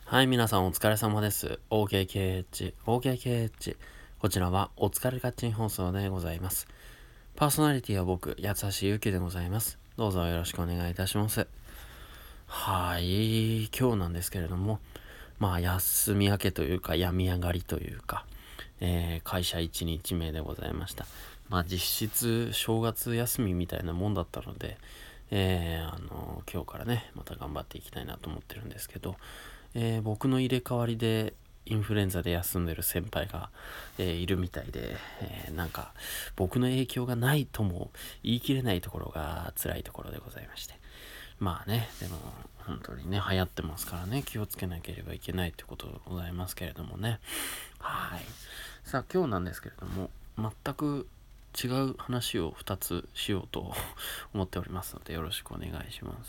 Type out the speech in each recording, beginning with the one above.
はい、皆さんお疲れ様です。OKKH。こちらはお疲れカッチン放送でございます。パーソナリティは僕、八橋ゆきでございます。どうぞよろしくお願いいたします。はい、今日なんですけれども、休み明けというか、病み上がりというか、会社1日目でございました。実質正月休みみたいなもんだったので、今日からね、また頑張っていきたいなと思ってるんですけど、僕の入れ替わりでインフルエンザで休んでる先輩が、いるみたいで、僕の影響がないとも言い切れないところが辛いところでございまして。でも本当にね、流行ってますからね、気をつけなければいけないということでございますけれどもね。はい。さあ今日なんですけれども、全く違う話を2つしようと思っておりますのでよろしくお願いします。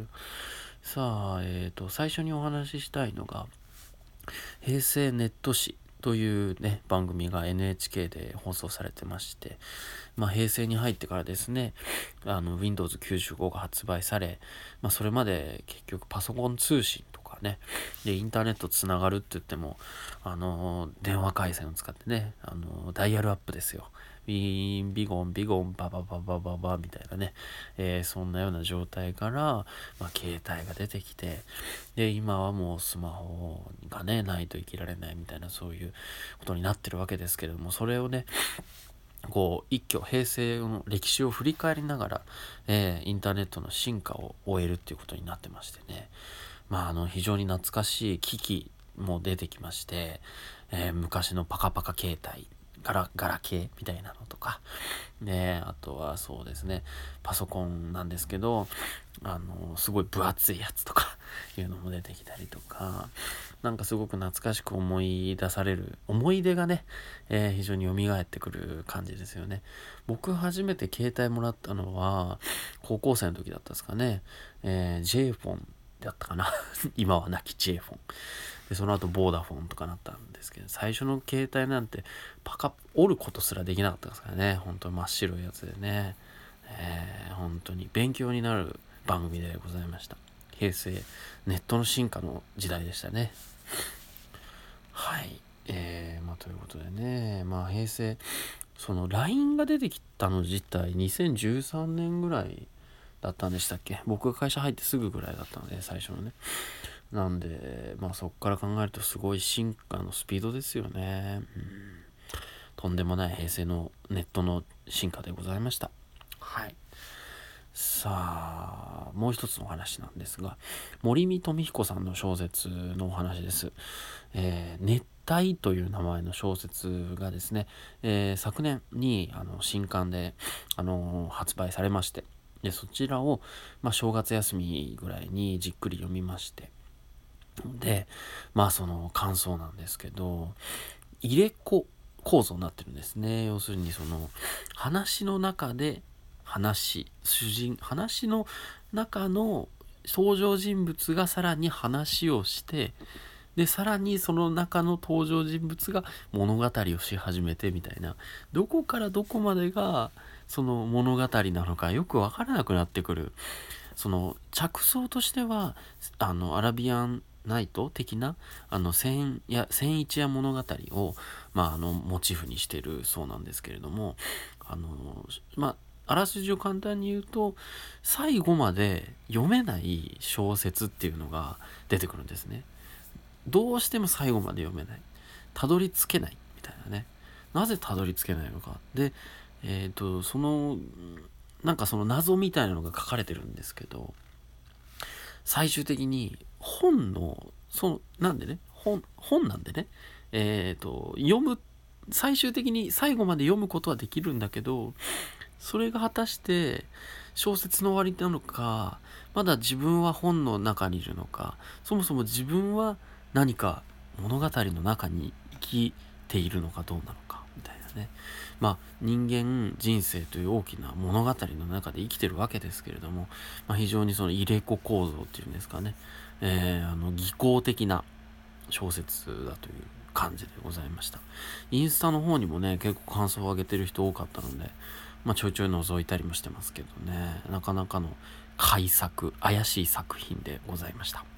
さあ、最初にお話ししたいのが、平成ネット誌というね、番組が NHK で放送されてまして、平成に入ってからですね、Windows 95が発売され、それまで結局パソコン通信とかね、で、インターネットつながるって言っても、電話回線を使ってね、ダイヤルアップですよ。ビーン、ビゴン、ビゴン、ババババババみたいなね、そんなような状態から、携帯が出てきて、で、今はもうスマホがね、ないと生きられないみたいな、そういうことになってるわけですけれども、それをね、一挙平成の歴史を振り返りながら、インターネットの進化を終えるっていうことになってましてね、非常に懐かしい機器も出てきまして、昔のパカパカ携帯ガラケーみたいなのとか、あとはそうですね、パソコンなんですけど、すごい分厚いやつとかいうのも出てきたりとか、すごく懐かしく思い出される思い出がね、非常に蘇ってくる感じですよね。僕初めて携帯もらったのは高校生の時だったですかね。J フォンだったかな今はなき J フォンで、その後ボーダフォンとかなったんですけど、最初の携帯なんて折ることすらできなかったですからね。本当に真っ白いやつでね、本当に勉強になる番組でございました。平成ネットの進化の時代でしたね。はい。ということでね、平成、その LINE が出てきたの自体2013年ぐらいだったんでしたっけ。僕が会社入ってすぐぐらいだったので、最初のね。なんで、そっから考えるとすごい進化のスピードですよね。とんでもない平成のネットの進化でございました。はい。さあ、もう一つのお話なんですが、森見富彦さんの小説のお話です。熱帯という名前の小説がですね、昨年に新刊で、発売されまして、でそちらを、正月休みぐらいにじっくり読みまして、でその感想なんですけど、入れ子構造になってるんですね。要するにその話の中で話の中の登場人物がさらに話をして、でさらにその中の登場人物が物語をし始めてみたいな、どこからどこまでがその物語なのかよくわからなくなってくる。その着想としてはアラビアンナイト的な千一夜物語を、モチーフにしてるそうなんですけれども、あらすじを簡単に言うと、最後まで読めない小説っていうのが出てくるんですね。どうしても最後まで読めない、たどり着けないみたいなね。なぜたどり着けないのかで、そのその謎みたいなのが書かれてるんですけど、最終的に本のなんでね、本なんでね、読む最終的に最後まで読むことはできるんだけど、それが果たして小説の終わりなのか、まだ自分は本の中にいるのか、そもそも自分は何か物語の中に生きているのかどうなのかみたいなね。人間人生という大きな物語の中で生きてるわけですけれども、非常にその入れ子構造っていうんですかね、技巧的な小説だという感じでございました。インスタの方にもね、結構感想を上げてる人多かったので、ちょいちょい覗いたりもしてますけどね、なかなかの怪しい作品でございました。